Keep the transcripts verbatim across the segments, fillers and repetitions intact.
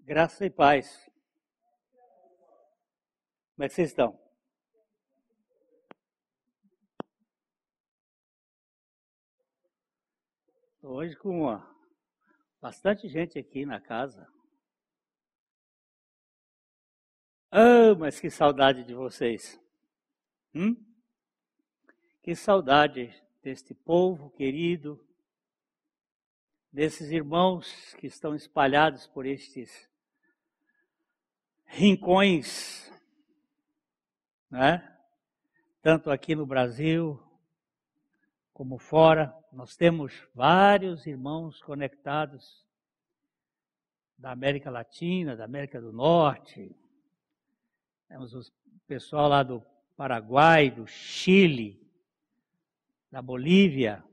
Graça e paz. Como é que vocês estão? Hoje com ó, bastante gente aqui na casa. Ah, mas que saudade de vocês. Hum? Que saudade deste povo querido, desses irmãos que estão espalhados por estes rincões, né? Tanto aqui no Brasil como fora. Nós temos vários irmãos conectados da América Latina, da América do Norte. Temos o pessoal lá do Paraguai, do Chile, da Bolívia,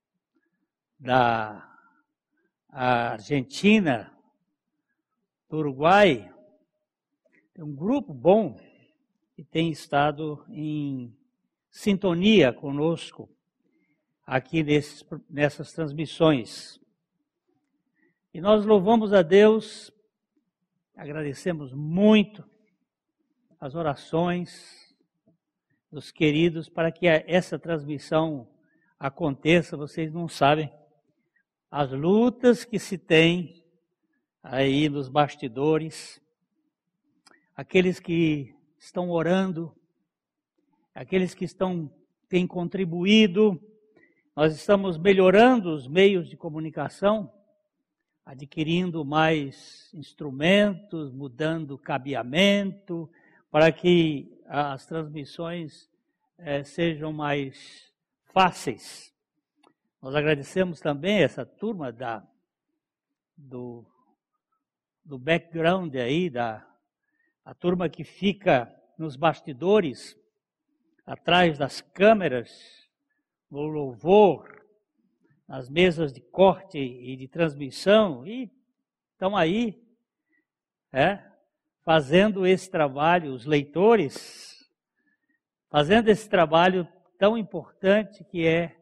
da Argentina, do Uruguai. Tem um grupo bom que tem estado em sintonia conosco aqui nesses, nessas transmissões. E nós louvamos a Deus, agradecemos muito as orações dos queridos para que essa transmissão aconteça. Vocês não sabem as lutas que se tem aí nos bastidores, aqueles que estão orando, aqueles que estão, têm contribuído. Nós estamos melhorando os meios de comunicação, adquirindo mais instrumentos, mudando cabeamento, para que as transmissões eh, sejam mais fáceis. Nós agradecemos também essa turma da, do, do background aí, da, a turma que fica nos bastidores, atrás das câmeras, no louvor, nas mesas de corte e de transmissão, e estão aí, é, fazendo esse trabalho, os leitores, fazendo esse trabalho tão importante que é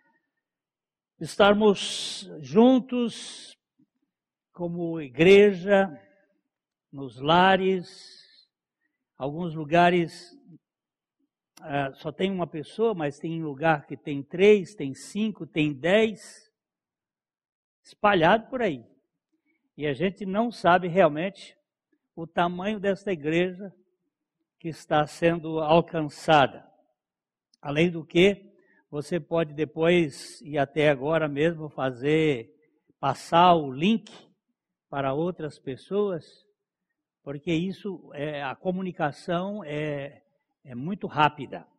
estarmos juntos como igreja, nos lares. Alguns lugares uh, só tem uma pessoa, mas tem lugar que tem três, tem cinco, tem dez, espalhado por aí. E a gente não sabe realmente o tamanho desta igreja que está sendo alcançada. Além do que, você pode depois, e até agora mesmo, fazer, passar o link para outras pessoas, porque isso, é, a comunicação é, é muito rápida.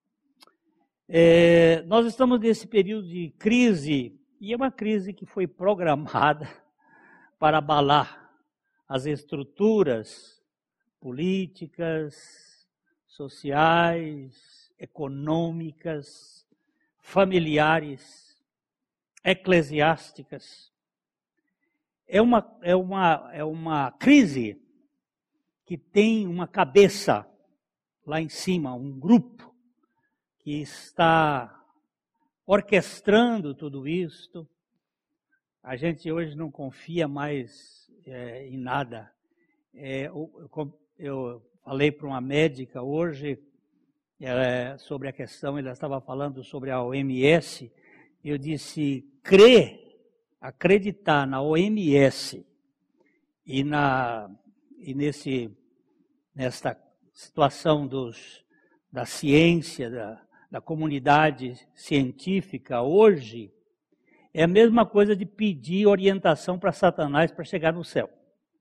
É, nós estamos nesse período de crise, e é uma crise que foi programada para abalar as estruturas políticas, sociais, econômicas, familiares, eclesiásticas. É uma, é uma, é uma crise que tem uma cabeça lá em cima, um grupo que está orquestrando tudo isto. A gente hoje não confia mais é, em nada. É, eu, eu falei para uma médica hoje é, sobre a questão, ela estava falando sobre a O M S, eu disse, crer, acreditar na O M S e, na, e nesse, nesta situação dos, da ciência, da, da comunidade científica hoje, é a mesma coisa de pedir orientação para Satanás para chegar no céu.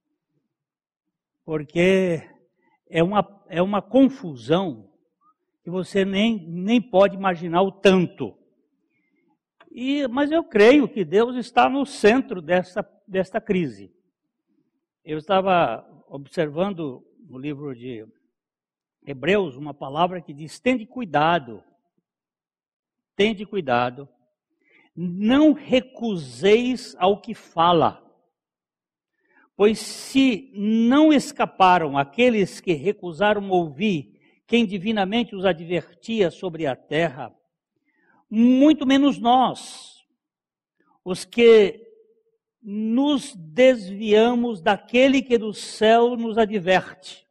Porque é uma, é uma confusão que você nem, nem pode imaginar o tanto. E, mas eu creio que Deus está no centro desta, desta crise. Eu estava observando no livro de Hebreus uma palavra que diz, tende cuidado, tende cuidado, não recuseis ao que fala, pois se não escaparam aqueles que recusaram ouvir quem divinamente os advertia sobre a terra, muito menos nós, os que nos desviamos daquele que do céu nos adverte.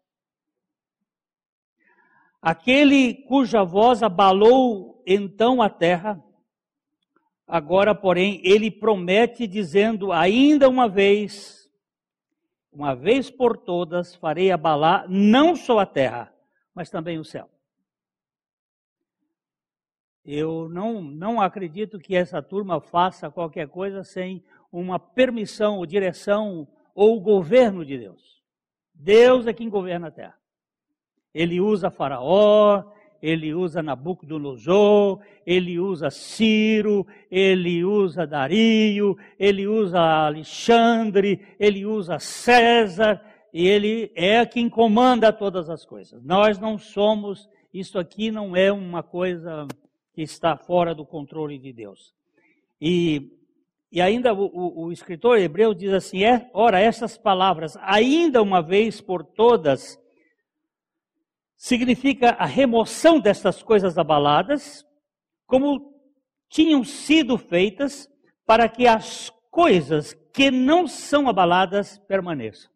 Aquele cuja voz abalou então a terra, agora, porém, ele promete dizendo, ainda uma vez, uma vez por todas, farei abalar não só a terra, mas também o céu. Eu não, não acredito que essa turma faça qualquer coisa sem uma permissão, ou direção, ou governo de Deus. Deus é quem governa a terra. Ele usa Faraó, ele usa Nabucodonosor, ele usa Ciro, ele usa Dario, ele usa Alexandre, ele usa César, e ele é quem comanda todas as coisas. Nós não somos, isso aqui não é uma coisa que está fora do controle de Deus. E, e ainda o, o, o escritor hebreu diz assim, é, ora, essas palavras, ainda uma vez por todas, significa a remoção destas coisas abaladas, como tinham sido feitas, para que as coisas que não são abaladas permaneçam.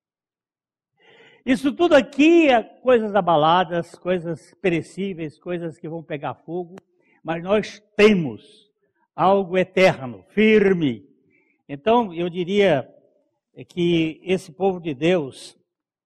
Isso tudo aqui é coisas abaladas, coisas perecíveis, coisas que vão pegar fogo, mas nós temos algo eterno, firme. Então, eu diria que esse povo de Deus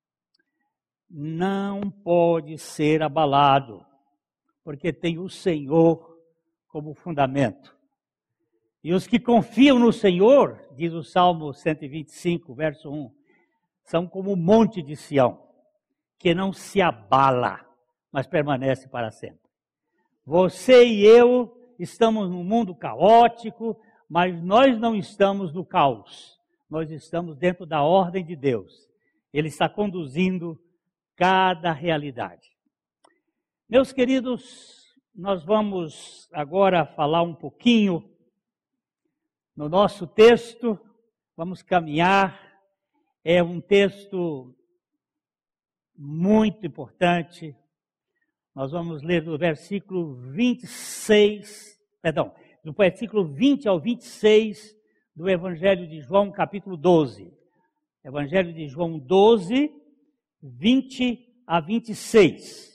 não pode ser abalado, porque tem o Senhor como fundamento. E os que confiam no Senhor, diz o Salmo cento e vinte e cinco, verso um, são como o monte de Sião, que não se abala, mas permanece para sempre. Você e eu estamos num mundo caótico, mas nós não estamos no caos. Nós estamos dentro da ordem de Deus. Ele está conduzindo cada realidade. Meus queridos, nós vamos agora falar um pouquinho no nosso texto, vamos caminhar. É um texto muito importante. Nós vamos ler do versículo vinte e seis, perdão, do versículo vinte ao vinte e seis do Evangelho de João, capítulo doze. Evangelho de João doze, vinte a vinte e seis.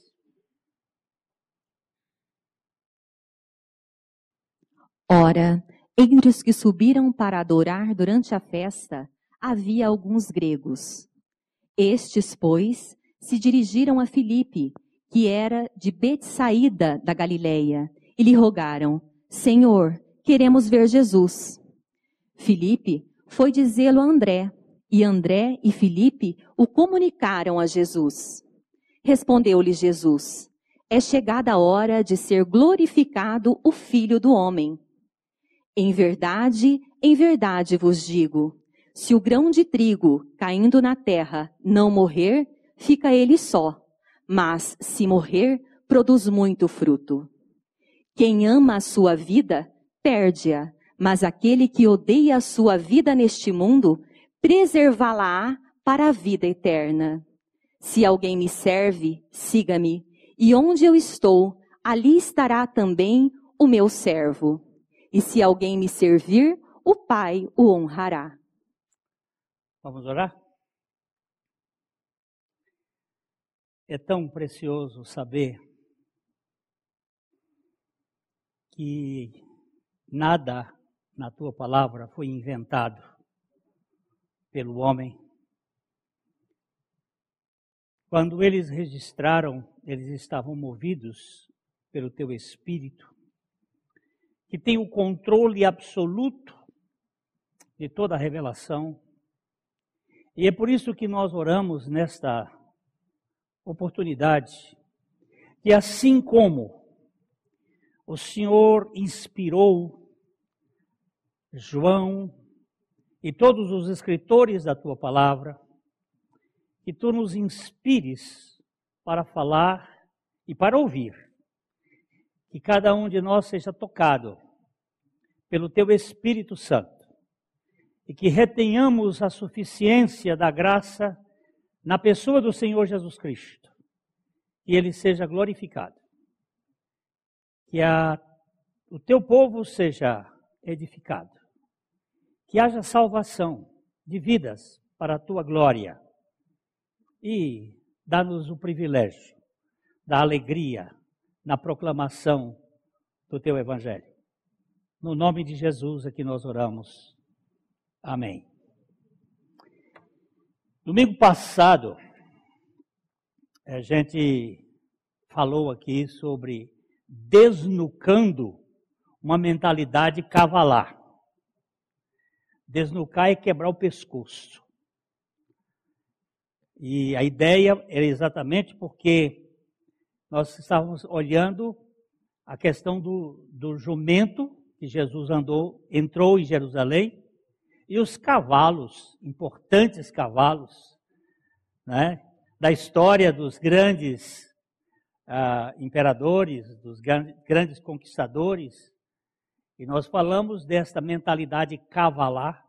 Ora, entre os que subiram para adorar durante a festa, havia alguns gregos. Estes, pois, se dirigiram a Filipe, que era de Betsaída da Galileia, e lhe rogaram, Senhor, queremos ver Jesus. Filipe foi dizê-lo a André, e André e Filipe o comunicaram a Jesus. Respondeu-lhe Jesus, é chegada a hora de ser glorificado o Filho do Homem. Em verdade, em verdade vos digo, se o grão de trigo caindo na terra não morrer, fica ele só, mas se morrer, produz muito fruto. Quem ama a sua vida, perde-a, mas aquele que odeia a sua vida neste mundo, preservá-la-á para a vida eterna. Se alguém me serve, siga-me, e onde eu estou, ali estará também o meu servo. E se alguém me servir, o Pai o honrará. Vamos orar? É tão precioso saber que nada na tua palavra foi inventado pelo homem. Quando eles registraram, eles estavam movidos pelo teu Espírito, que tem o controle absoluto de toda a revelação. E é por isso que nós oramos nesta oportunidade, que assim como o Senhor inspirou João e todos os escritores da tua palavra, que tu nos inspires para falar e para ouvir. Que cada um de nós seja tocado pelo teu Espírito Santo e que retenhamos a suficiência da graça na pessoa do Senhor Jesus Cristo. Que Ele seja glorificado. Que a, o teu povo seja edificado. que haja salvação de vidas para a tua glória. E dá-nos o privilégio da alegria na proclamação do teu evangelho. No nome de Jesus é que nós oramos. Amém. Domingo passado, a gente falou aqui sobre desnucando uma mentalidade cavalar. Desnucar é quebrar o pescoço. E a ideia era exatamente porque nós estávamos olhando a questão do, do jumento que Jesus andou, entrou em Jerusalém, e os cavalos, importantes cavalos, né, da história dos grandes ah, imperadores, dos grandes conquistadores. E nós falamos desta mentalidade cavalar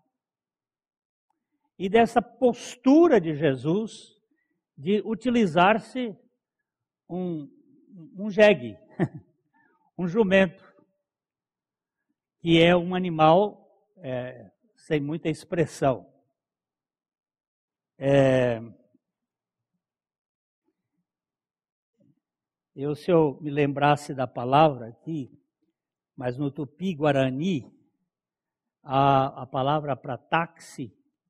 e dessa postura de Jesus de utilizar-se um, um jegue, um jumento, que é um animal é, sem muita expressão. É, eu, se eu me lembrasse da palavra aqui, mas no Tupi-Guarani, a, a palavra para táxi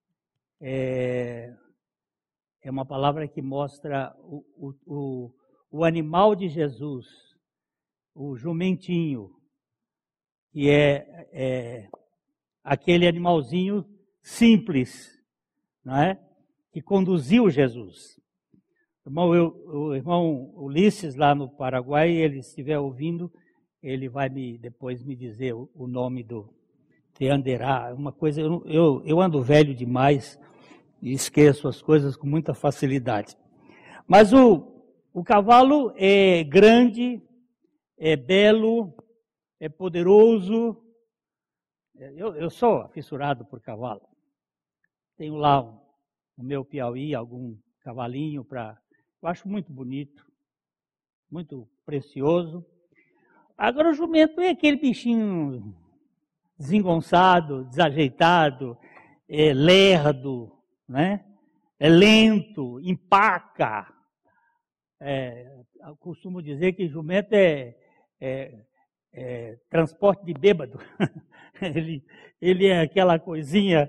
é, é uma palavra que mostra o, o, o, o animal de Jesus, o jumentinho, que é, é aquele animalzinho simples, não é? Que conduziu Jesus. O irmão, eu, o irmão Ulisses, lá no Paraguai, ele estiver ouvindo, ele vai me, depois me dizer o, o nome do Teanderá, uma coisa, eu, eu, eu ando velho demais e esqueço as coisas com muita facilidade. Mas o, o cavalo é grande, é belo, é poderoso. Eu, eu sou fissurado por cavalo. Tenho lá um, no meu Piauí algum cavalinho para, eu acho muito bonito, muito precioso. Agora o jumento é aquele bichinho desengonçado, desajeitado, é lerdo, né? É lento, empaca. É, eu costumo dizer que jumento é, é, é transporte de bêbado. ele, ele é aquela coisinha.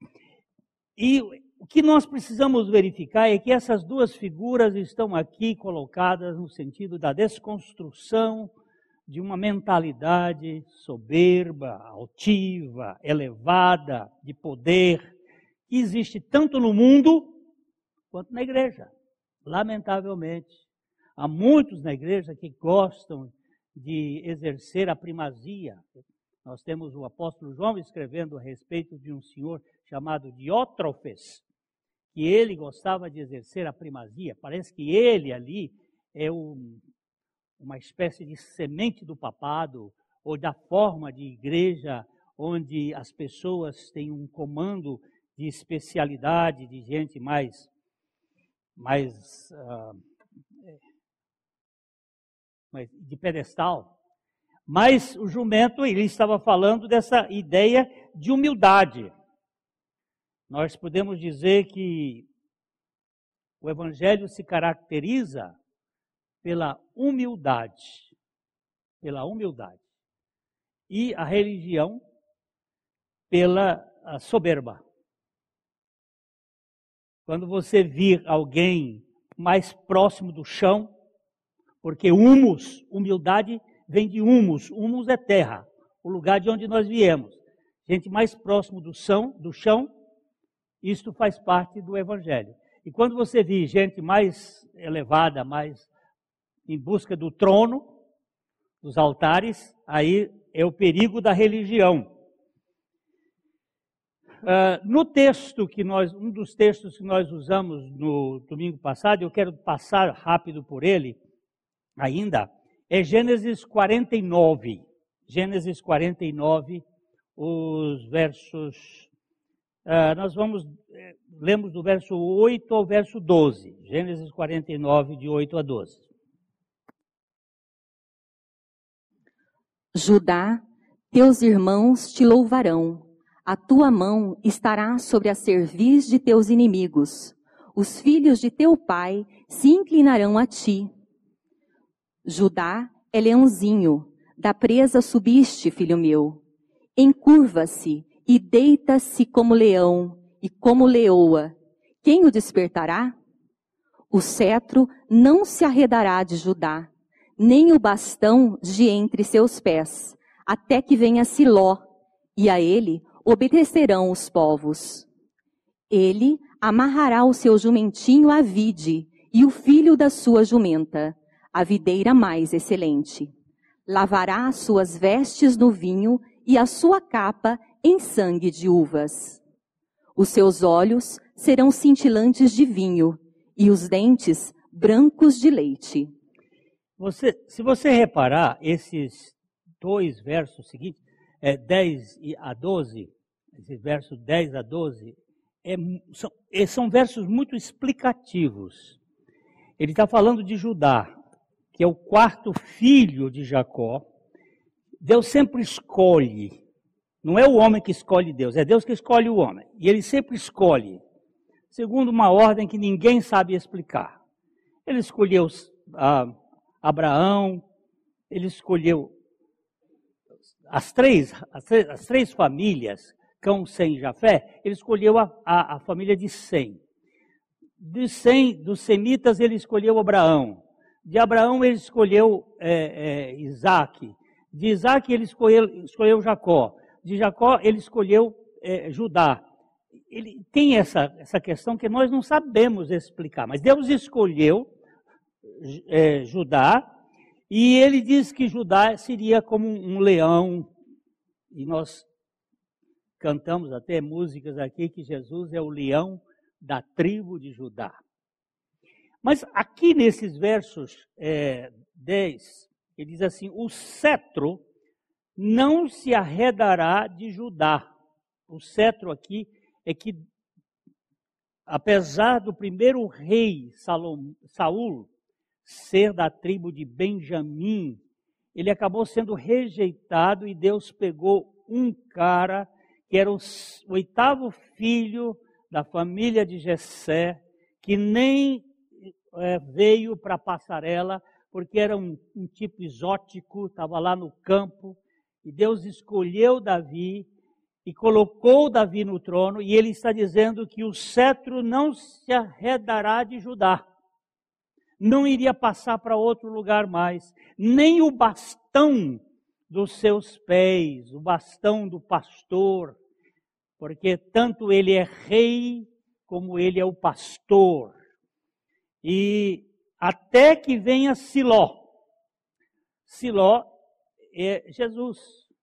E o que nós precisamos verificar é que essas duas figuras estão aqui colocadas no sentido da desconstrução de uma mentalidade soberba, altiva, elevada, de poder, que existe tanto no mundo quanto na igreja. Lamentavelmente, há muitos na igreja que gostam de exercer a primazia. Nós temos o apóstolo João escrevendo a respeito de um senhor chamado Diótrofes, que ele gostava de exercer a primazia. Parece que ele ali é um, uma espécie de semente do papado, ou da forma de igreja onde as pessoas têm um comando de especialidade, de gente mais, mais, uh, mais de pedestal. Mas o jumento, ele estava falando dessa ideia de humildade. Nós podemos dizer que o Evangelho se caracteriza pela humildade, pela humildade. E a religião pela soberba. Quando você vir alguém mais próximo do chão, porque humus, humildade vem de humus, humus é terra, o lugar de onde nós viemos. Gente mais próximo do chão, do chão, isto faz parte do Evangelho. E quando você vir gente mais elevada, mais em busca do trono, dos altares, aí é o perigo da religião. Uh, no texto que nós, um dos textos que nós usamos no domingo passado, eu quero passar rápido por ele ainda, é Gênesis quarenta e nove. Gênesis quarenta e nove, os versos, uh, nós vamos, eh, lemos do verso oito ao verso doze. Gênesis quarenta e nove, de oito a doze. Judá, teus irmãos te louvarão. A tua mão estará sobre a cerviz de teus inimigos. Os filhos de teu pai se inclinarão a ti. Judá é leãozinho, da presa subiste, filho meu. Encurva-se e deita-se como leão e como leoa. Quem o despertará? O cetro não se arredará de Judá, nem o bastão de entre seus pés, até que venha Siló, e a ele obedecerão os povos. Ele amarrará o seu jumentinho à vide, e o filho da sua jumenta, a videira mais excelente. Lavará as suas vestes no vinho e a sua capa em sangue de uvas. Os seus olhos serão cintilantes de vinho, e os dentes brancos de leite. Você, se você reparar, esses dois versos seguintes, é, dez a doze, esse verso dez a doze, é, são, são versos muito explicativos. Ele está falando de Judá, que é o quarto filho de Jacó. Deus sempre escolhe, não é o homem que escolhe Deus, é Deus que escolhe o homem. E ele sempre escolhe, segundo uma ordem que ninguém sabe explicar. Ele escolheu ah, Abraão, ele escolheu as três, as três, as três famílias, Cão, Sem e Jafé, ele escolheu a, a, a família de Sem. De Sem, dos semitas, ele escolheu Abraão. De Abraão, ele escolheu é, é, Isaac. De Isaac, ele escolheu, escolheu Jacó. De Jacó, ele escolheu é, Judá. Ele tem essa, essa questão que nós não sabemos explicar, mas Deus escolheu é, Judá, e ele diz que Judá seria como um leão, e nós cantamos até músicas aqui que Jesus é o leão da tribo de Judá. Mas aqui nesses versos é, dez, ele diz assim, o cetro não se arredará de Judá. O cetro aqui é que, apesar do primeiro rei Salom, Saul ser da tribo de Benjamim, ele acabou sendo rejeitado e Deus pegou um cara que era o oitavo filho da família de Jessé, que nem é, veio para a passarela, porque era um, um tipo exótico, estava lá no campo, e Deus escolheu Davi e colocou Davi no trono, e ele está dizendo que o cetro não se arredará de Judá, não iria passar para outro lugar mais, nem o bastão dos seus pés, o bastão do pastor, porque tanto ele é rei, como ele é o pastor. E até que venha Siló. Siló é Jesus.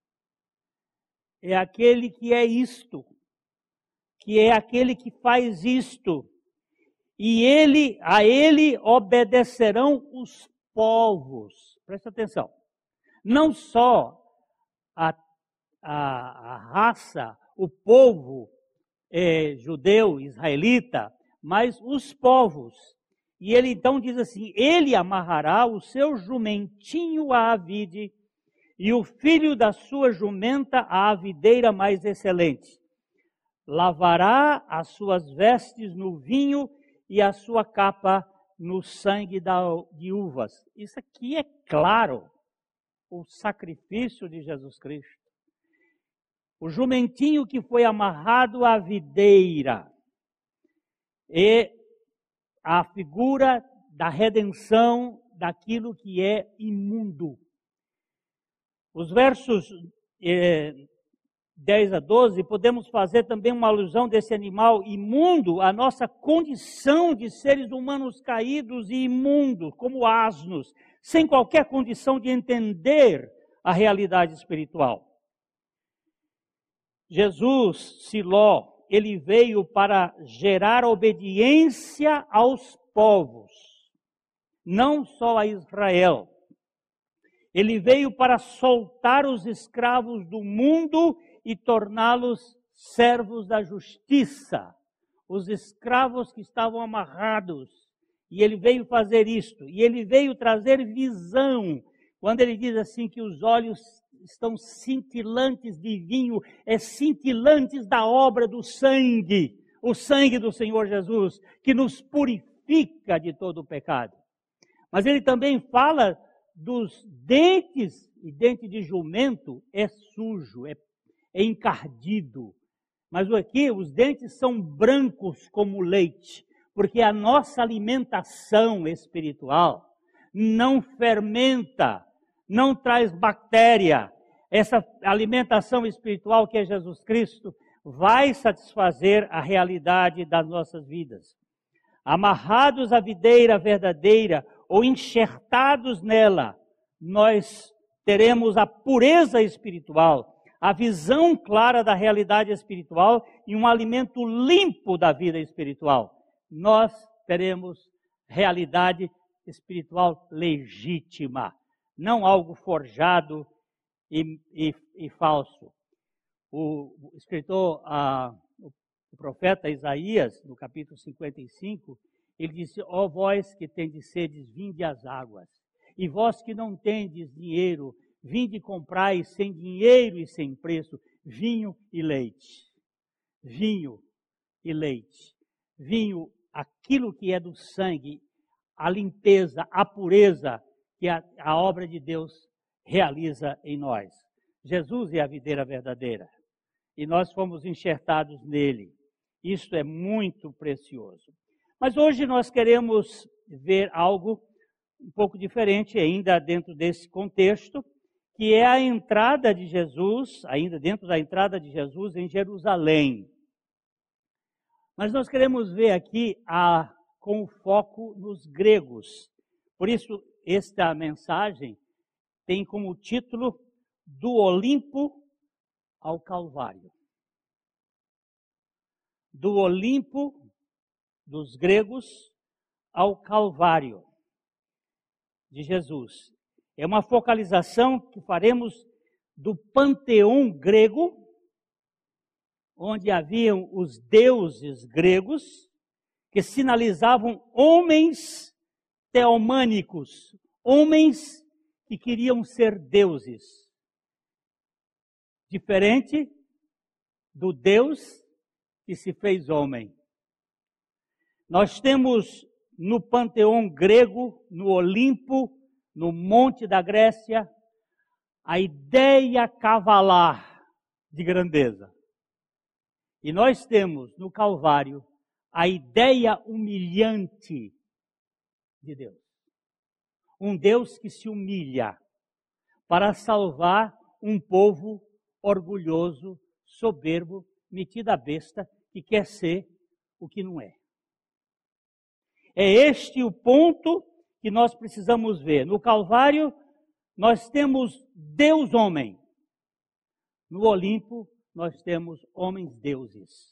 É aquele que é isto, que é aquele que faz isto. E ele, a ele obedecerão os povos. Presta atenção. Não só a, a, a raça, o povo é, judeu, israelita, mas os povos. E ele então diz assim, ele amarrará o seu jumentinho à vide e o filho da sua jumenta à videira mais excelente. Lavará as suas vestes no vinho e a sua capa no sangue de uvas. Isso aqui é claro, o sacrifício de Jesus Cristo. O jumentinho que foi amarrado à videira é a figura da redenção daquilo que é imundo. Os versos eh, dez a doze, podemos fazer também uma alusão desse animal imundo à nossa condição de seres humanos caídos e imundos, como asnos, sem qualquer condição de entender a realidade espiritual. Jesus, Siló, ele veio para gerar obediência aos povos, não só a Israel. Ele veio para soltar os escravos do mundo e torná-los servos da justiça, os escravos que estavam amarrados. E ele veio fazer isto, e ele veio trazer visão, quando ele diz assim que os olhos estão cintilantes de vinho, é cintilantes da obra do sangue, o sangue do Senhor Jesus, que nos purifica de todo o pecado. Mas ele também fala dos dentes, e dente de jumento é sujo, é, é encardido. Mas aqui os dentes são brancos como leite, porque a nossa alimentação espiritual não fermenta, não traz bactéria. Essa alimentação espiritual que é Jesus Cristo vai satisfazer a realidade das nossas vidas. Amarrados à videira verdadeira ou enxertados nela, nós teremos a pureza espiritual, a visão clara da realidade espiritual e um alimento limpo da vida espiritual. Nós teremos realidade espiritual legítima, não algo forjado e, e, e falso. O, o escritor, a, o profeta Isaías, no capítulo cinquenta e cinco, ele disse: ó vós que tendes sedes, vinde às águas, e vós que não tendes dinheiro, vinde comprai sem dinheiro e sem preço vinho e leite. Vinho e leite. Vinho, aquilo que é do sangue, a limpeza, a pureza que a, a obra de Deus realiza em nós. Jesus é a videira verdadeira e nós fomos enxertados nele. Isto é muito precioso. Mas hoje nós queremos ver algo um pouco diferente ainda dentro desse contexto, que é a entrada de Jesus, ainda dentro da entrada de Jesus em Jerusalém. Mas nós queremos ver aqui a, com o foco nos gregos. Por isso, esta mensagem tem como título Do Olimpo ao Calvário. Do Olimpo dos gregos ao Calvário de Jesus. É uma focalização que faremos do panteão grego, onde haviam os deuses gregos, que sinalizavam homens teomânicos, homens que queriam ser deuses. Diferente do Deus que se fez homem. Nós temos no panteão grego, no Olimpo, no Monte da Grécia, a ideia cavalar de grandeza. E nós temos no Calvário a ideia humilhante de Deus. Um Deus que se humilha para salvar um povo orgulhoso, soberbo, metido a besta, que quer ser o que não é. É este o ponto que nós precisamos ver. No Calvário, nós temos Deus-homem. No Olimpo, nós temos homens-deuses.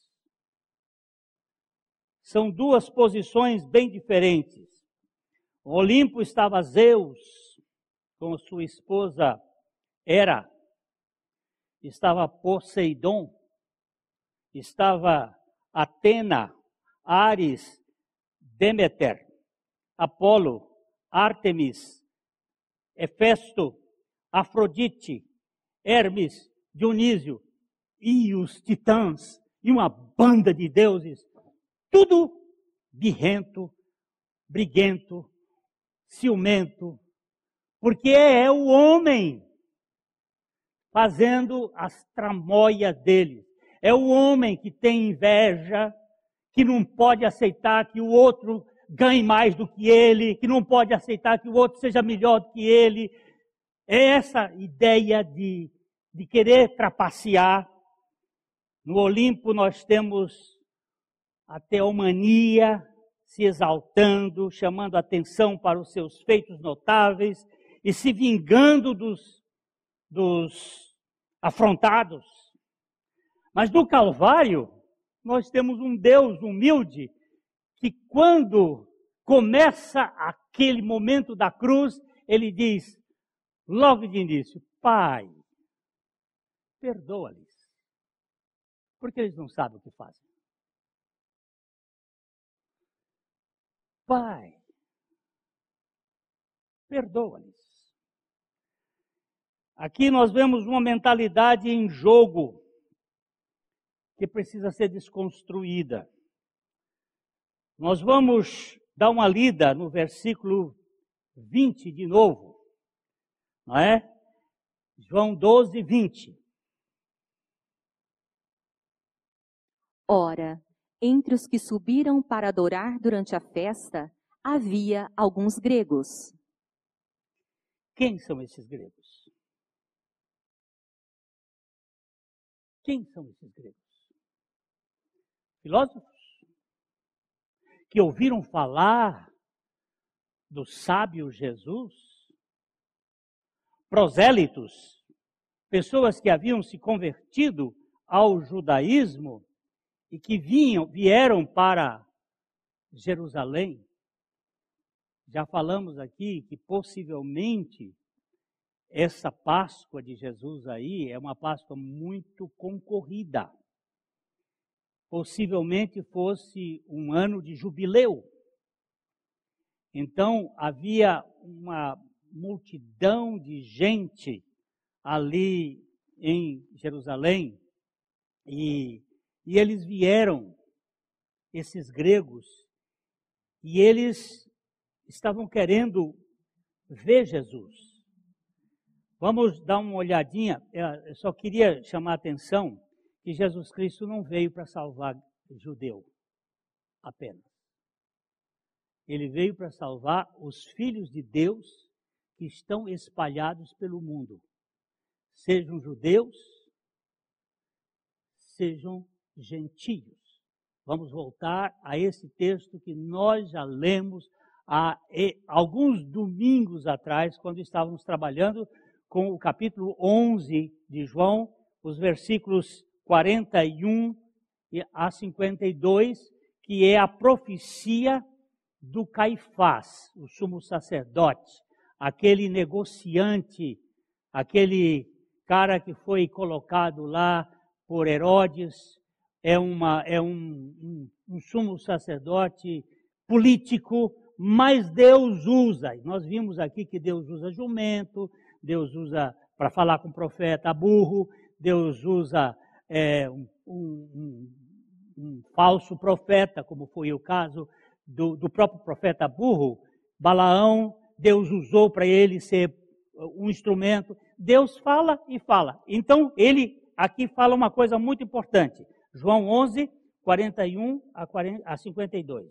São duas posições bem diferentes. No Olimpo estava Zeus, com sua esposa Hera. Estava Poseidon. Estava Atena, Ares, Deméter, Apolo, Ártemis, Hefesto, Afrodite, Hermes, Dionísio e os titãs, e uma banda de deuses, tudo birrento, briguento, ciumento, porque é o homem fazendo as tramóias dele. É o homem que tem inveja, que não pode aceitar que o outro ganhe mais do que ele, que não pode aceitar que o outro seja melhor do que ele. É essa ideia de, de querer trapacear. No Olimpo nós temos a teomania se exaltando, chamando atenção para os seus feitos notáveis e se vingando dos, dos afrontados. Mas no Calvário, nós temos um Deus humilde que quando começa aquele momento da cruz, ele diz, logo de início, Pai, perdoa-lhes, porque eles não sabem o que fazem. Pai, perdoa-lhes. Aqui nós vemos uma mentalidade em jogo que precisa ser desconstruída. Nós vamos dar uma lida no versículo vinte de novo, não é? João doze, vinte. Ora, entre os que subiram para adorar durante a festa, havia alguns gregos. Quem são esses gregos? Quem são esses gregos? Filósofos que ouviram falar do sábio Jesus? Prosélitos, pessoas que haviam se convertido ao judaísmo e que vinham, vieram para Jerusalém? Já falamos aqui que possivelmente essa Páscoa de Jesus aí é uma Páscoa muito concorrida. Possivelmente fosse um ano de jubileu. Então havia uma multidão de gente ali em Jerusalém e, e eles vieram, esses gregos, e eles estavam querendo ver Jesus. Vamos dar uma olhadinha. Eu só queria chamar a atenção que Jesus Cristo não veio para salvar judeu apenas. Ele veio para salvar os filhos de Deus que estão espalhados pelo mundo. Sejam judeus, sejam gentios. Vamos voltar a esse texto que nós já lemos há alguns domingos atrás, quando estávamos trabalhando com o capítulo onze de João, os versículos quarenta e um a cinquenta e dois, que é a profecia do Caifás, o sumo sacerdote, aquele negociante, aquele cara que foi colocado lá por Herodes, é, uma, é um, um, um sumo sacerdote político, mas Deus usa, nós vimos aqui que Deus usa jumento, Deus usa para falar com o profeta burro, Deus usa é, um, um, um falso profeta, como foi o caso do, do próprio profeta burro, Balaão, Deus usou para ele ser um instrumento. Deus fala e fala. Então, ele aqui fala uma coisa muito importante. João onze, quarenta e um a cinquenta e dois.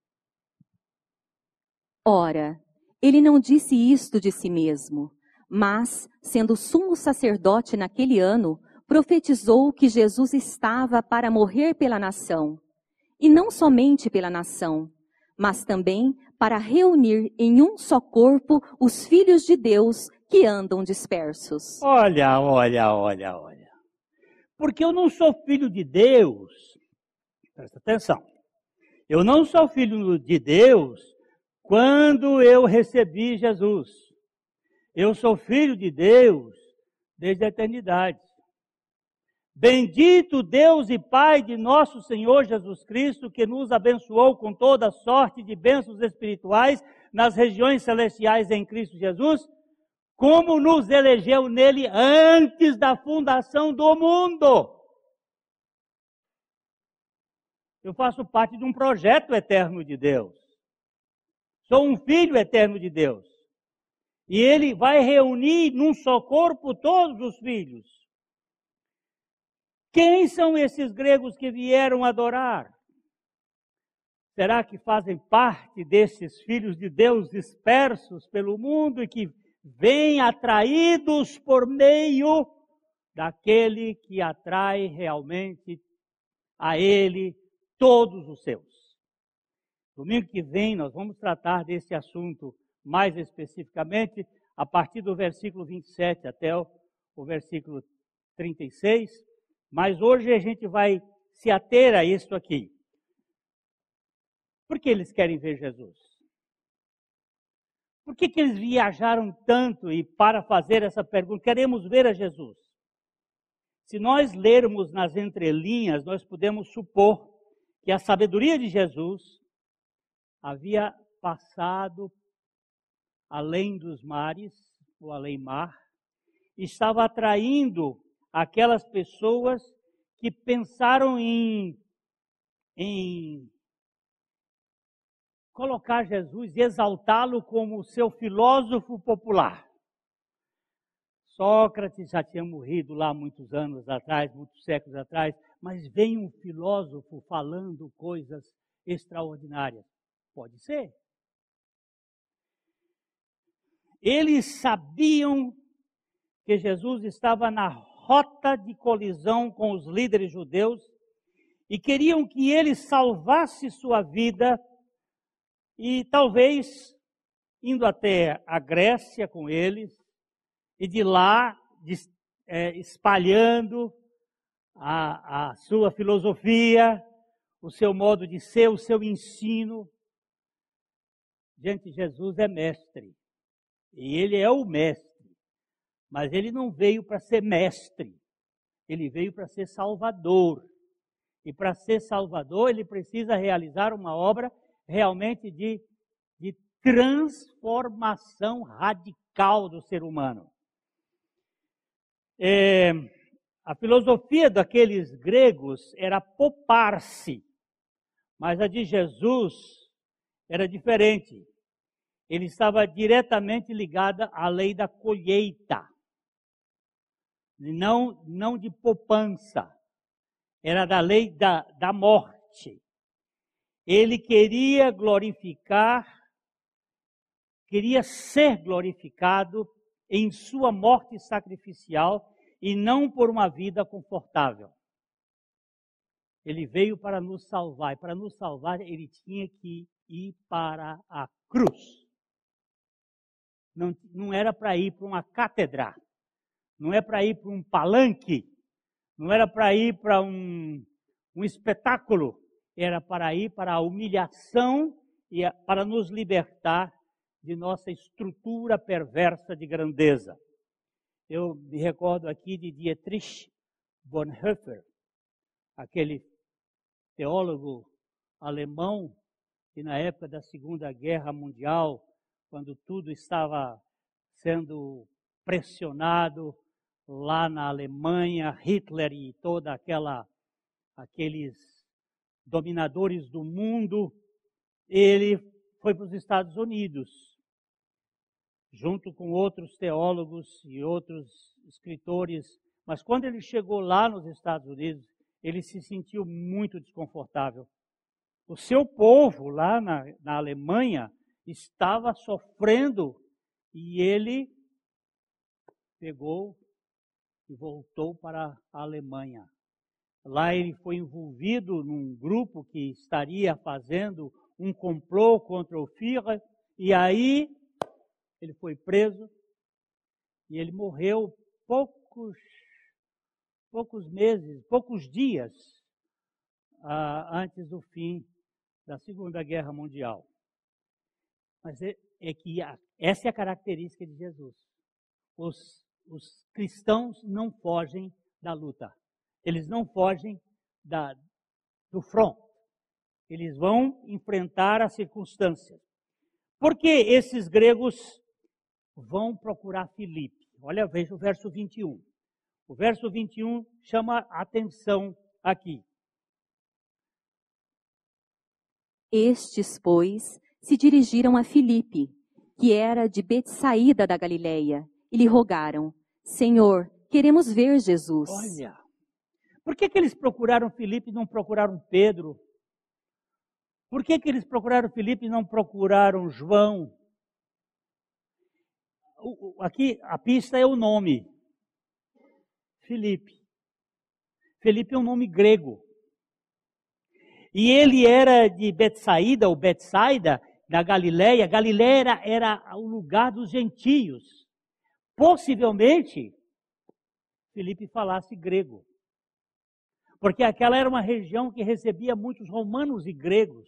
Ora, ele não disse isto de si mesmo, mas, sendo sumo sacerdote naquele ano, profetizou que Jesus estava para morrer pela nação. E não somente pela nação, mas também para reunir em um só corpo os filhos de Deus que andam dispersos. Olha, olha, olha, olha. Porque eu não sou filho de Deus, presta atenção, eu não sou filho de Deus quando eu recebi Jesus. Eu sou filho de Deus desde a eternidade. Bendito Deus e Pai de nosso Senhor Jesus Cristo, que nos abençoou com toda sorte de bênçãos espirituais nas regiões celestiais em Cristo Jesus, como nos elegeu nele antes da fundação do mundo. Eu faço parte de um projeto eterno de Deus. Sou um filho eterno de Deus. E ele vai reunir num só corpo todos os filhos. Quem são esses gregos que vieram adorar? Será que fazem parte desses filhos de Deus dispersos pelo mundo e que vêm atraídos por meio daquele que atrai realmente a ele todos os seus? Domingo que vem nós vamos tratar desse assunto mais especificamente a partir do versículo vinte e sete até o, o versículo trinta e seis. Mas hoje a gente vai se ater a isso aqui. Por que eles querem ver Jesus? Por que, que eles viajaram tanto e para fazer essa pergunta? Queremos ver a Jesus. Se nós lermos nas entrelinhas, nós podemos supor que a sabedoria de Jesus havia passado além dos mares, ou além mar, estava atraindo aquelas pessoas que pensaram em, em colocar Jesus e exaltá-lo como seu filósofo popular. Sócrates já tinha morrido lá muitos anos atrás, muitos séculos atrás, mas vem um filósofo falando coisas extraordinárias. Pode ser. Eles sabiam que Jesus estava na rota de colisão com os líderes judeus e queriam que ele salvasse sua vida e talvez indo até a Grécia com eles e de lá de, é, espalhando a, a sua filosofia, o seu modo de ser, o seu ensino. Gente, Jesus é mestre e ele é o mestre. Mas ele não veio para ser mestre, ele veio para ser salvador. E para ser salvador, ele precisa realizar uma obra realmente de, de transformação radical do ser humano. É, a filosofia daqueles gregos era poupar-se, mas a de Jesus era diferente. Ele estava diretamente ligada à lei da colheita. Não, não de poupança, era da lei da, da morte. Ele queria glorificar, queria ser glorificado em sua morte sacrificial e não por uma vida confortável. Ele veio para nos salvar, e para nos salvar ele tinha que ir para a cruz. Não, não era para ir para uma cátedra. Não é para ir para um palanque, não era para ir para um, um espetáculo, era para ir para a humilhação e a, para nos libertar de nossa estrutura perversa de grandeza. Eu me recordo aqui de Dietrich Bonhoeffer, aquele teólogo alemão que na época da Segunda Guerra Mundial, quando tudo estava sendo pressionado, lá na Alemanha, Hitler e toda aquela aqueles dominadores do mundo, ele foi para os Estados Unidos, junto com outros teólogos e outros escritores. Mas quando ele chegou lá nos Estados Unidos, ele se sentiu muito desconfortável. O seu povo lá na, na Alemanha estava sofrendo e ele pegou e voltou para a Alemanha. Lá ele foi envolvido num grupo que estaria fazendo um complô contra o Führer, e aí ele foi preso e ele morreu poucos, poucos meses, poucos dias ah, antes do fim da Segunda Guerra Mundial. Mas é, é que a, essa é a característica de Jesus. Os Os cristãos não fogem da luta. Eles não fogem da, do front. Eles vão enfrentar as circunstâncias. Por que esses gregos vão procurar Filipe? Olha, veja o verso vinte e um. O verso vinte e um chama a atenção aqui. Estes, pois, se dirigiram a Filipe, que era de Betsaída da Galileia, e lhe rogaram: Senhor, queremos ver Jesus. Olha, por que, que eles procuraram Filipe e não procuraram Pedro? Por que, que eles procuraram Filipe e não procuraram João? O, o, aqui a pista é o nome. Filipe. Filipe é um nome grego. E ele era de Betsaída, ou Betsaida, da Galileia. Galileia era, era o lugar dos gentios. Possivelmente, Filipe falasse grego. Porque aquela era uma região que recebia muitos romanos e gregos.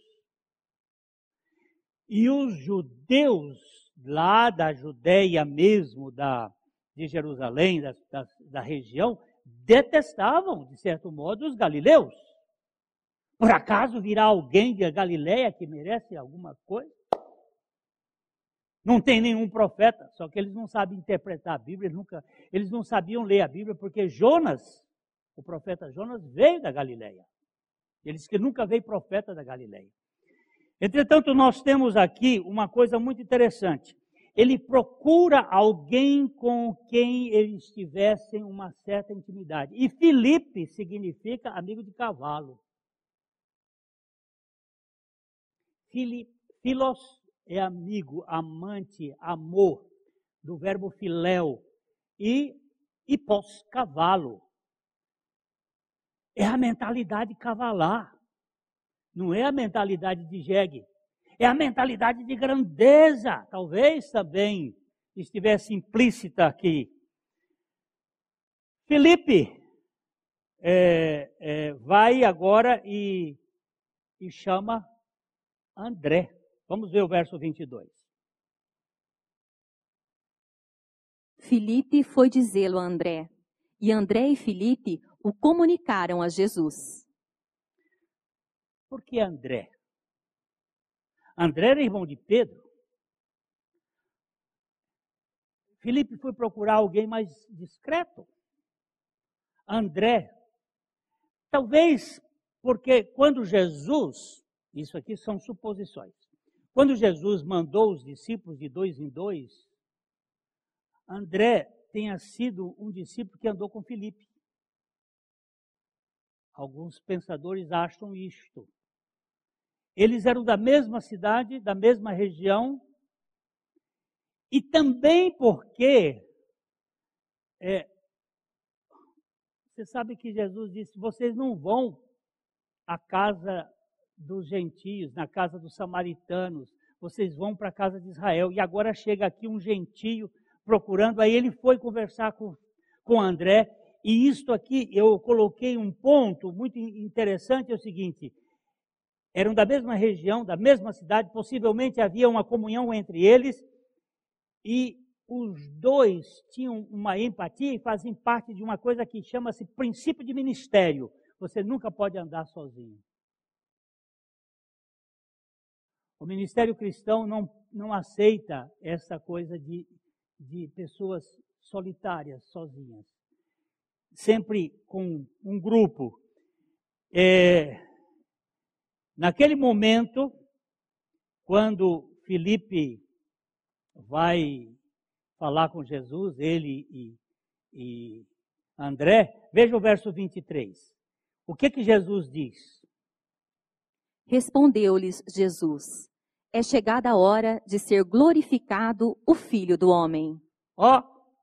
E os judeus lá da Judéia mesmo, da, de Jerusalém, da, da, da região, detestavam, de certo modo, os galileus. Por acaso virá alguém de Galileia que merece alguma coisa? Não tem nenhum profeta, só que eles não sabem interpretar a Bíblia, eles, nunca, eles não sabiam ler a Bíblia, porque Jonas, o profeta Jonas, veio da Galileia. Ele disse que nunca veio profeta da Galileia. Entretanto, nós temos aqui uma coisa muito interessante. Ele procura alguém com quem eles tivessem uma certa intimidade. E Filipe significa amigo de cavalo. Filos é amigo, amante, amor, do verbo filéu. E hipos, cavalo. É a mentalidade cavalar. Não é a mentalidade de jegue. É a mentalidade de grandeza. Talvez também estivesse implícita aqui. Filipe é, é, vai agora e, e chama André. Vamos ver o verso vinte e dois. Filipe foi dizê-lo a André, e André e Filipe o comunicaram a Jesus. Por que André? André era irmão de Pedro. Filipe foi procurar alguém mais discreto. André, talvez porque quando Jesus, isso aqui são suposições, quando Jesus mandou os discípulos de dois em dois, André tenha sido um discípulo que andou com Filipe. Alguns pensadores acham isto. Eles eram da mesma cidade, da mesma região, e também porque, é, você sabe que Jesus disse, vocês não vão à casa dos gentios, na casa dos samaritanos, vocês vão para a casa de Israel. E agora chega aqui um gentio procurando, aí ele foi conversar com, com André, e isto aqui, eu coloquei um ponto muito interessante, é o seguinte, eram da mesma região, da mesma cidade, possivelmente havia uma comunhão entre eles, e os dois tinham uma empatia e fazem parte de uma coisa que chama-se princípio de ministério. Você nunca pode andar sozinho. O ministério cristão não, não aceita essa coisa de, de pessoas solitárias, sozinhas. Sempre com um grupo. É, naquele momento, quando Filipe vai falar com Jesus, ele e, e André, veja o verso vinte e três. O que que Jesus diz? Respondeu-lhes Jesus, é chegada a hora de ser glorificado o Filho do Homem. Ó,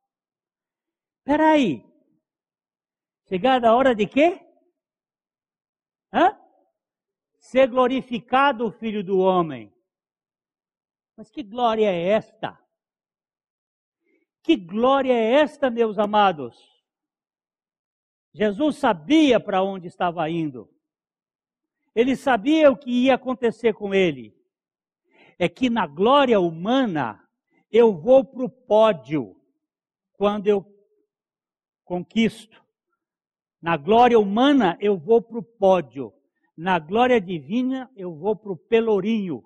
peraí, chegada a hora de quê? Hã? Ser glorificado o Filho do Homem. Mas que glória é esta? Que glória é esta, meus amados? Jesus sabia para onde estava indo. Ele sabia o que ia acontecer com ele. É que na glória humana, eu vou para o pódio quando eu conquisto. Na glória humana, eu vou para o pódio. Na glória divina, eu vou para o pelourinho.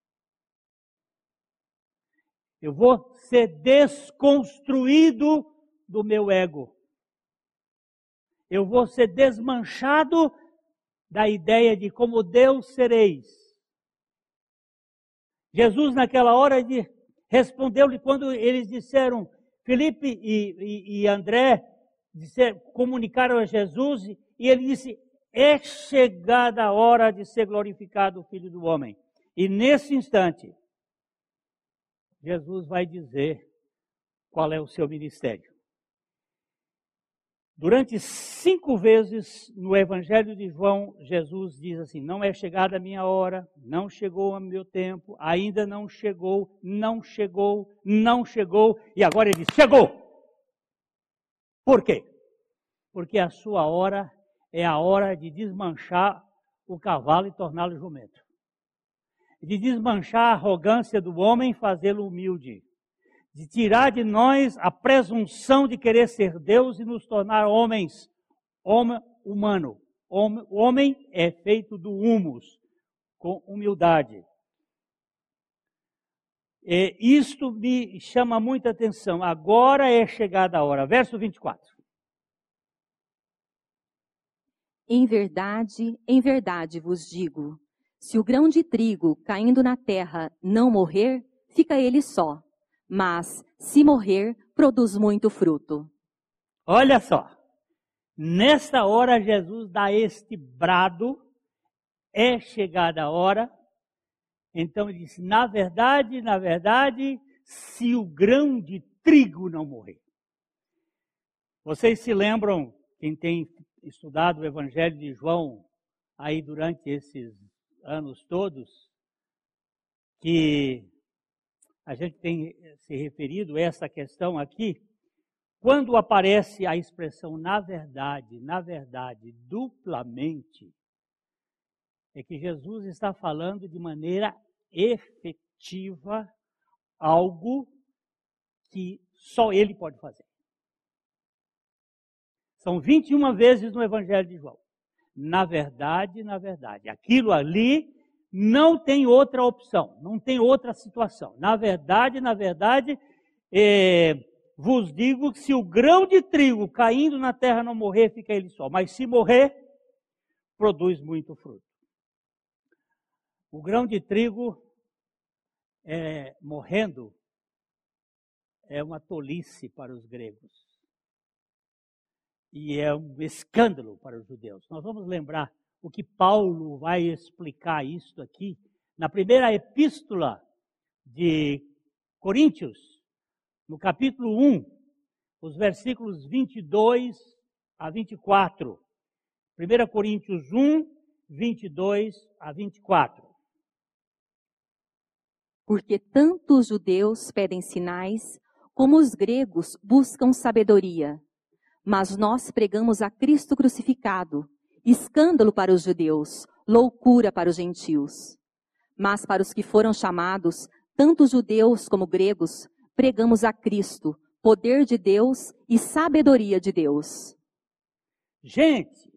Eu vou ser desconstruído do meu ego. Eu vou ser desmanchado da ideia de como Deus sereis. Jesus, naquela hora, respondeu-lhe quando eles disseram, Filipe e, e, e André disseram, comunicaram a Jesus, e ele disse, é chegada a hora de ser glorificado o Filho do Homem. E nesse instante, Jesus vai dizer qual é o seu ministério. Durante cinco vezes no Evangelho de João, Jesus diz assim, não é chegada a minha hora, não chegou o meu tempo, ainda não chegou, não chegou, não chegou, e agora ele diz, chegou! Por quê? Porque a sua hora é a hora de desmanchar o cavalo e torná-lo jumento. De desmanchar a arrogância do homem e fazê-lo humilde. De tirar de nós a presunção de querer ser Deus e nos tornar homens, homem humano. Homem, o homem é feito do humus, com humildade. É, isto me chama muita atenção. Agora é chegada a hora. Verso vinte e quatro. Em verdade, em verdade vos digo, se o grão de trigo caindo na terra não morrer, fica ele só. Mas, se morrer, produz muito fruto. Olha só. Nesta hora, Jesus dá este brado. É chegada a hora. Então ele disse, na verdade, na verdade, se o grão de trigo não morrer. Vocês se lembram, quem tem estudado o Evangelho de João aí durante esses anos todos, que a gente tem se referido a essa questão aqui, quando aparece a expressão na verdade, na verdade, duplamente, é que Jesus está falando de maneira efetiva algo que só Ele pode fazer. São vinte e uma vezes no Evangelho de João. Na verdade, na verdade. Aquilo ali não tem outra opção, não tem outra situação. Na verdade, na verdade, é, vos digo que se o grão de trigo caindo na terra não morrer, fica ele só. Mas se morrer, produz muito fruto. O grão de trigo é, morrendo é uma tolice para os gregos. E é um escândalo para os judeus. Nós vamos lembrar o que Paulo vai explicar isto aqui na primeira epístola de Coríntios, no capítulo um, os versículos vinte e dois a vinte e quatro. primeira Coríntios um, vinte e dois a vinte e quatro. Porque tanto os judeus pedem sinais, como os gregos buscam sabedoria. Mas nós pregamos a Cristo crucificado, escândalo para os judeus, loucura para os gentios. Mas para os que foram chamados, tanto judeus como gregos, pregamos a Cristo, poder de Deus e sabedoria de Deus. Gente,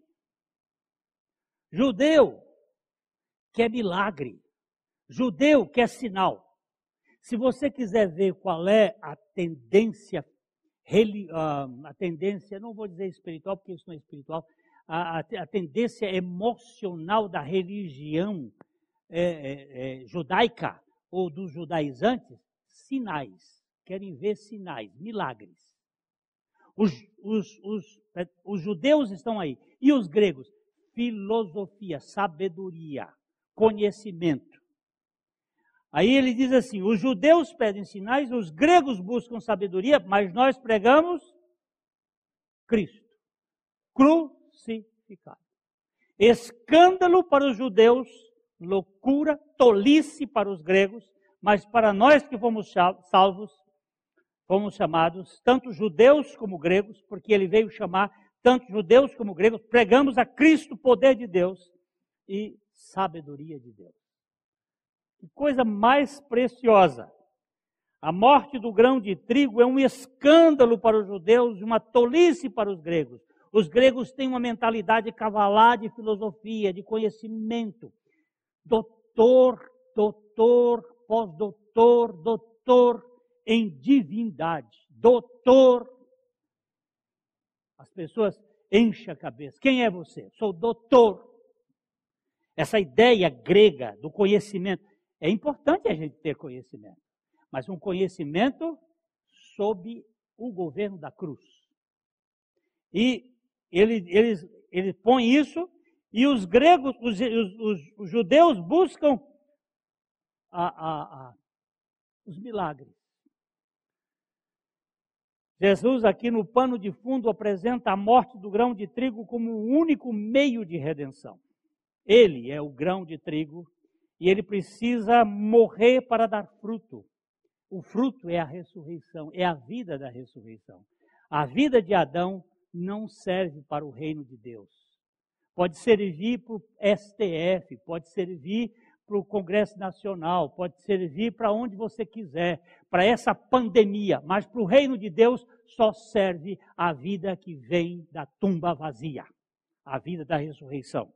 judeu quer milagre, judeu quer sinal. Se você quiser ver qual é a tendência, a tendência, não vou dizer espiritual, porque isso não é espiritual, a, a, a tendência emocional da religião é, é, é, judaica ou dos judaizantes, sinais. Querem ver sinais, milagres. Os, os, os, os judeus estão aí. E os gregos? Filosofia, sabedoria, conhecimento. Aí ele diz assim, os judeus pedem sinais, os gregos buscam sabedoria, mas nós pregamos Cristo, crucificado. Escândalo para os judeus, loucura, tolice para os gregos, mas para nós que fomos salvos, fomos chamados, tanto judeus como gregos, porque ele veio chamar tanto judeus como gregos, pregamos a Cristo, poder de Deus e sabedoria de Deus. Que coisa mais preciosa. A morte do grão de trigo é um escândalo para os judeus, uma tolice para os gregos. Os gregos têm uma mentalidade cavalar de filosofia, de conhecimento. Doutor, doutor, pós-doutor, doutor em divindade. Doutor. As pessoas enchem a cabeça. Quem é você? Sou doutor. Essa ideia grega do conhecimento. É importante a gente ter conhecimento, mas um conhecimento sob o governo da cruz. E ele, ele, ele põe isso, e os gregos, os, os, os judeus buscam a, a, a, os milagres. Jesus aqui no pano de fundo apresenta a morte do grão de trigo como o único meio de redenção. Ele é o grão de trigo, e ele precisa morrer para dar fruto. O fruto é a ressurreição, é a vida da ressurreição. A vida de Adão não serve para o reino de Deus. Pode servir para o S T F, pode servir para o Congresso Nacional, pode servir para onde você quiser, para essa pandemia, mas para o reino de Deus só serve a vida que vem da tumba vazia, a vida da ressurreição.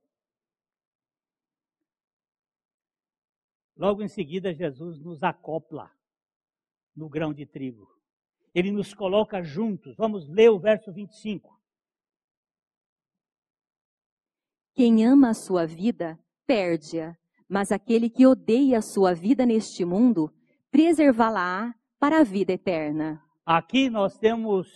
Logo em seguida, Jesus nos acopla no grão de trigo. Ele nos coloca juntos. Vamos ler o verso vinte e cinco. Quem ama a sua vida, perde-a, mas aquele que odeia a sua vida neste mundo, preservá-la-á para a vida eterna. Aqui nós temos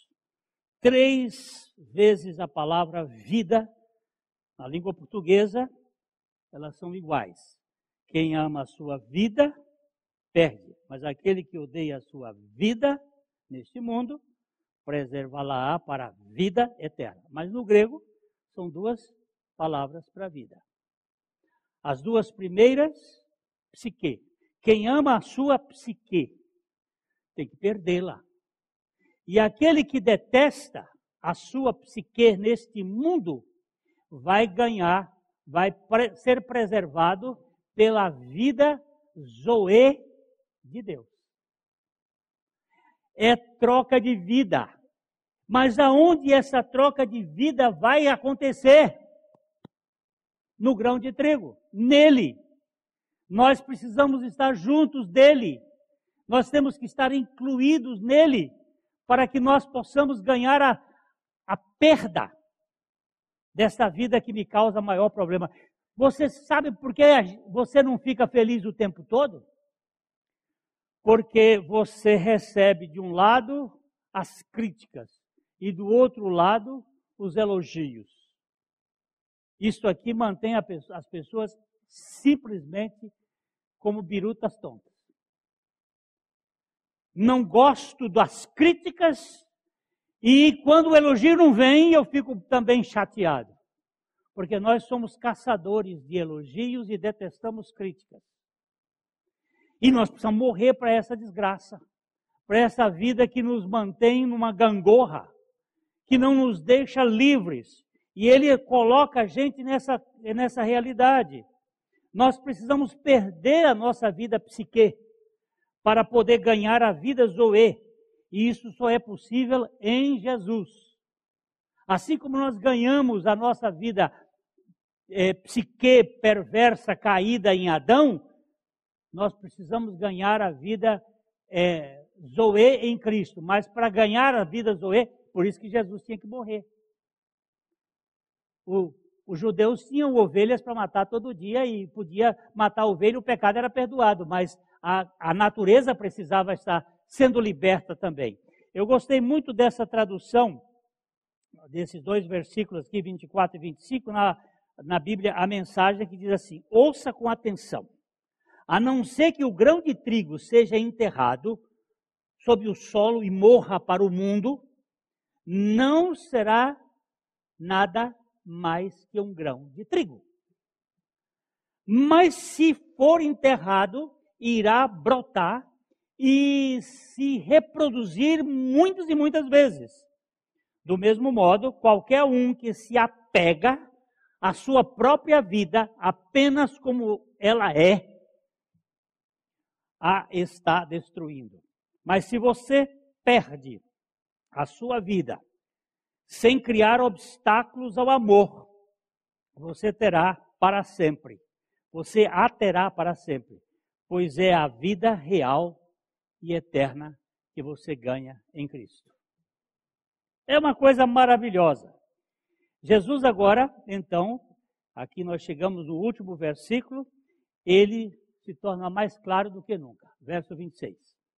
três vezes a palavra vida. Na língua portuguesa, elas são iguais. Quem ama a sua vida, perde. Mas aquele que odeia a sua vida neste mundo, preservá-la-á para a vida eterna. Mas no grego, são duas palavras para vida. As duas primeiras, psique. Quem ama a sua psique, tem que perdê-la. E aquele que detesta a sua psique neste mundo, vai ganhar, vai pre- ser preservado pela vida zoe de Deus. É troca de vida. Mas aonde essa troca de vida vai acontecer? No grão de trigo, nele. Nós precisamos estar juntos dele. Nós temos que estar incluídos nele para que nós possamos ganhar a, a perda dessa vida que me causa maior problema. Você sabe por que você não fica feliz o tempo todo? Porque você recebe de um lado as críticas e do outro lado os elogios. Isso aqui mantém as pessoas simplesmente como birutas tontas. Não gosto das críticas e quando o elogio não vem, eu fico também chateado. Porque nós somos caçadores de elogios e detestamos críticas. E nós precisamos morrer para essa desgraça, para essa vida que nos mantém numa gangorra, que não nos deixa livres. E ele coloca a gente nessa, nessa realidade. Nós precisamos perder a nossa vida psique para poder ganhar a vida zoe. E isso só é possível em Jesus. Assim como nós ganhamos a nossa vida é, psique perversa, caída em Adão, nós precisamos ganhar a vida é, zoe em Cristo. Mas para ganhar a vida zoe, por isso que Jesus tinha que morrer. O, os judeus tinham ovelhas para matar todo dia e podia matar a ovelha, o pecado era perdoado, mas a, a natureza precisava estar sendo liberta também. Eu gostei muito dessa tradução, desses dois versículos aqui, vinte e quatro e vinte e cinco, na, na Bíblia, a mensagem que diz assim: ouça com atenção, a não ser que o grão de trigo seja enterrado sob o solo e morra para o mundo, não será nada mais que um grão de trigo. Mas se for enterrado, irá brotar e se reproduzir muitas e muitas vezes. Do mesmo modo, qualquer um que se apega à sua própria vida apenas como ela é, a está destruindo. Mas se você perde a sua vida sem criar obstáculos ao amor, você terá para sempre. Você a terá para sempre, pois é a vida real e eterna que você ganha em Cristo. É uma coisa maravilhosa. Jesus agora, então, aqui nós chegamos no último versículo, ele se torna mais claro do que nunca. Verso vinte e seis.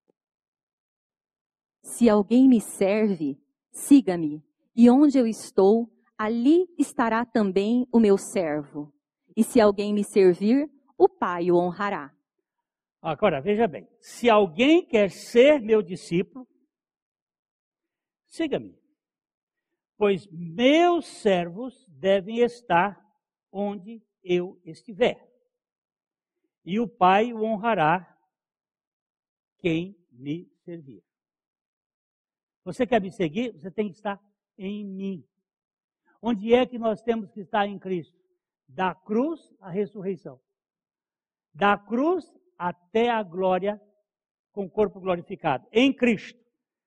Se alguém me serve, siga-me, e onde eu estou, ali estará também o meu servo. E se alguém me servir, o Pai o honrará. Agora, veja bem, se alguém quer ser meu discípulo, siga-me. Pois meus servos devem estar onde eu estiver. E o Pai o honrará quem me servir. Você quer me seguir? Você tem que estar em mim. Onde é que nós temos que estar em Cristo? Da cruz à ressurreição. Da cruz até a glória com o corpo glorificado. Em Cristo.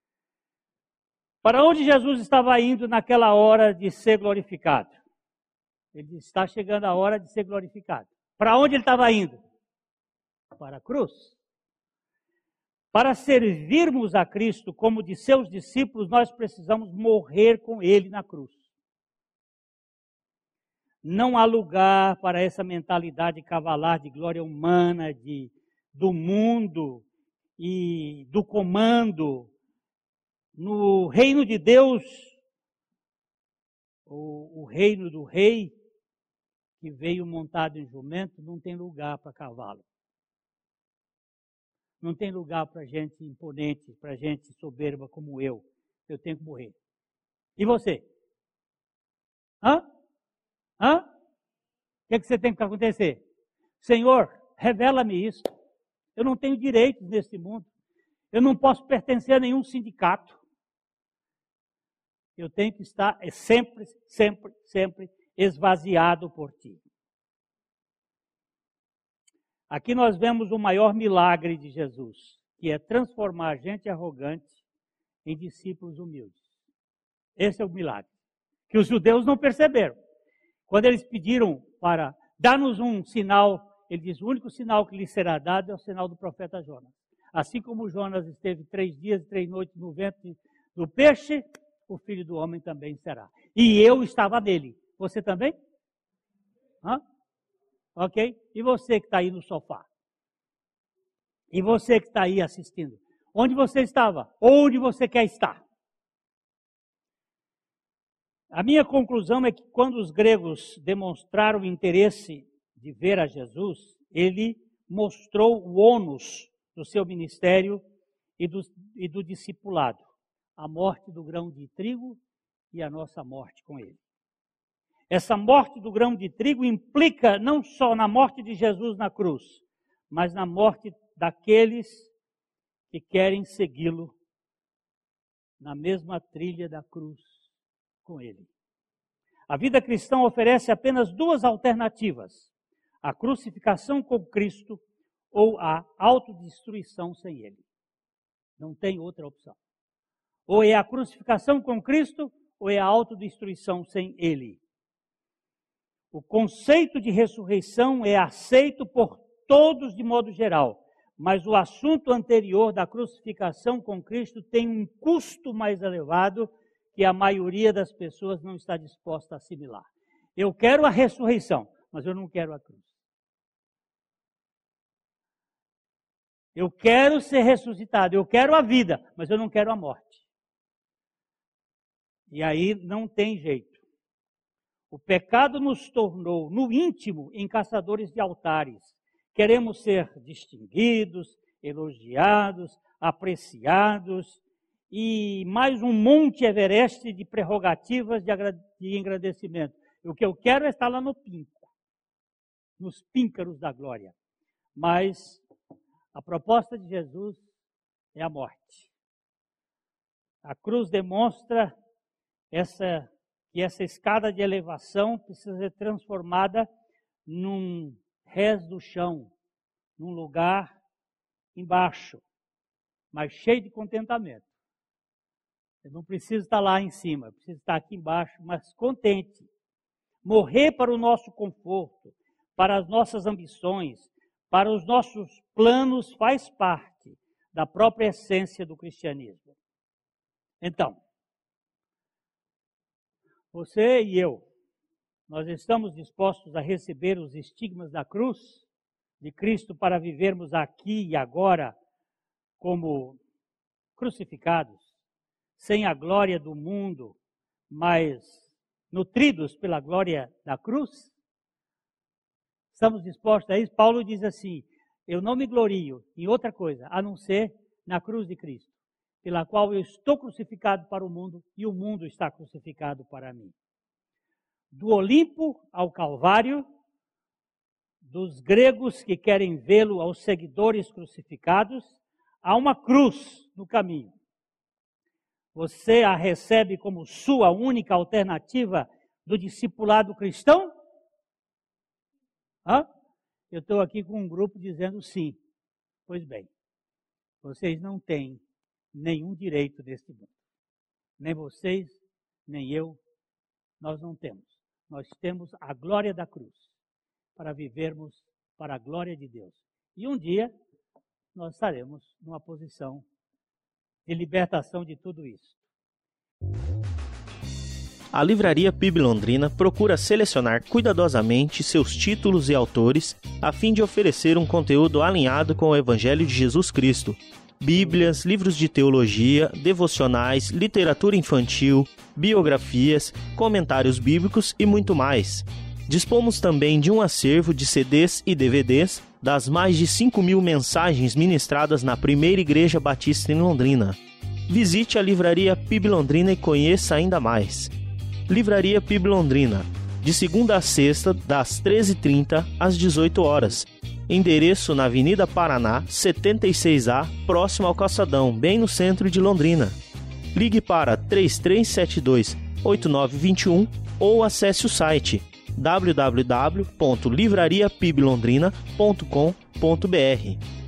Para onde Jesus estava indo naquela hora de ser glorificado? Ele está chegando a hora de ser glorificado. Para onde ele estava indo? Para a cruz. Para servirmos a Cristo como de seus discípulos, nós precisamos morrer com Ele na cruz. Não há lugar para essa mentalidade cavalar de glória humana, de, do mundo e do comando. No reino de Deus, o, o reino do rei, que veio montado em jumento, não tem lugar para cavalo. Não tem lugar para gente imponente, para gente soberba como eu. Eu tenho que morrer. E você? Hã? Hã? O que, é que você tem que acontecer? Senhor, revela-me isso. Eu não tenho direitos nesse mundo. Eu não posso pertencer a nenhum sindicato. Eu tenho que estar sempre, sempre, sempre esvaziado por ti. Aqui nós vemos o maior milagre de Jesus, que é transformar gente arrogante em discípulos humildes. Esse é o milagre, que os judeus não perceberam. Quando eles pediram para dar-nos um sinal, ele diz, o único sinal que lhe será dado é o sinal do profeta Jonas. Assim como Jonas esteve três dias e três noites no ventre do peixe, o Filho do Homem também será. E eu estava nele. Você também? Hã? Ok? E você que está aí no sofá? E você que está aí assistindo? Onde você estava? Onde você quer estar? A minha conclusão é que quando os gregos demonstraram interesse de ver a Jesus, ele mostrou o ônus do seu ministério e do, e do discipulado. A morte do grão de trigo e a nossa morte com ele. Essa morte do grão de trigo implica não só na morte de Jesus na cruz, mas na morte daqueles que querem segui-lo na mesma trilha da cruz com ele. A vida cristã oferece apenas duas alternativas: a crucificação com Cristo ou a autodestruição sem ele. Não tem outra opção. Ou é a crucificação com Cristo ou é a autodestruição sem ele. O conceito de ressurreição é aceito por todos de modo geral, mas o assunto anterior da crucificação com Cristo tem um custo mais elevado que a maioria das pessoas não está disposta a assimilar. Eu quero a ressurreição, mas eu não quero a cruz. Eu quero ser ressuscitado, eu quero a vida, mas eu não quero a morte. E aí não tem jeito. O pecado nos tornou, no íntimo, em caçadores de altares. Queremos ser distinguidos, elogiados, apreciados e mais um monte Everest de prerrogativas de, de engrandecimento. O que eu quero é estar lá no pinco, nos píncaros da glória. Mas a proposta de Jesus é a morte. A cruz demonstra essa que essa escada de elevação precisa ser transformada num rés do chão, num lugar embaixo, mas cheio de contentamento. Eu não preciso estar lá em cima, eu preciso estar aqui embaixo, mas contente. Morrer para o nosso conforto, para as nossas ambições, para os nossos planos faz parte da própria essência do cristianismo. Então, você e eu, nós estamos dispostos a receber os estigmas da cruz de Cristo para vivermos aqui e agora como crucificados, sem a glória do mundo, mas nutridos pela glória da cruz? Estamos dispostos a isso? Paulo diz assim, eu não me glorio em outra coisa, a não ser na cruz de Cristo, pela qual eu estou crucificado para o mundo e o mundo está crucificado para mim. Do Olimpo ao Calvário, dos gregos que querem vê-lo aos seguidores crucificados, há uma cruz no caminho. Você a recebe como sua única alternativa do discipulado cristão? Hã? Eu estou aqui com um grupo dizendo sim. Pois bem, vocês não têm nenhum direito deste mundo. Nem vocês, nem eu, nós não temos. Nós temos a glória da cruz para vivermos para a glória de Deus. E um dia nós estaremos numa posição de libertação de tudo isso. A Livraria P I B Londrina procura selecionar cuidadosamente seus títulos e autores a fim de oferecer um conteúdo alinhado com o Evangelho de Jesus Cristo. Bíblias, livros de teologia, devocionais, literatura infantil, biografias, comentários bíblicos e muito mais. Dispomos também de um acervo de C Ds e D V Ds das mais de cinco mil mensagens ministradas na Primeira Igreja Batista em Londrina. Visite a Livraria P I B Londrina e conheça ainda mais. Livraria P I B Londrina, de segunda a sexta, das treze e trinta às dezoito horas. Endereço na Avenida Paraná, setenta e seis A, próximo ao Calçadão, bem no centro de Londrina. Ligue para três três sete dois, oito nove dois um ou acesse o site w w w ponto livraria p i b londrina ponto com ponto b r.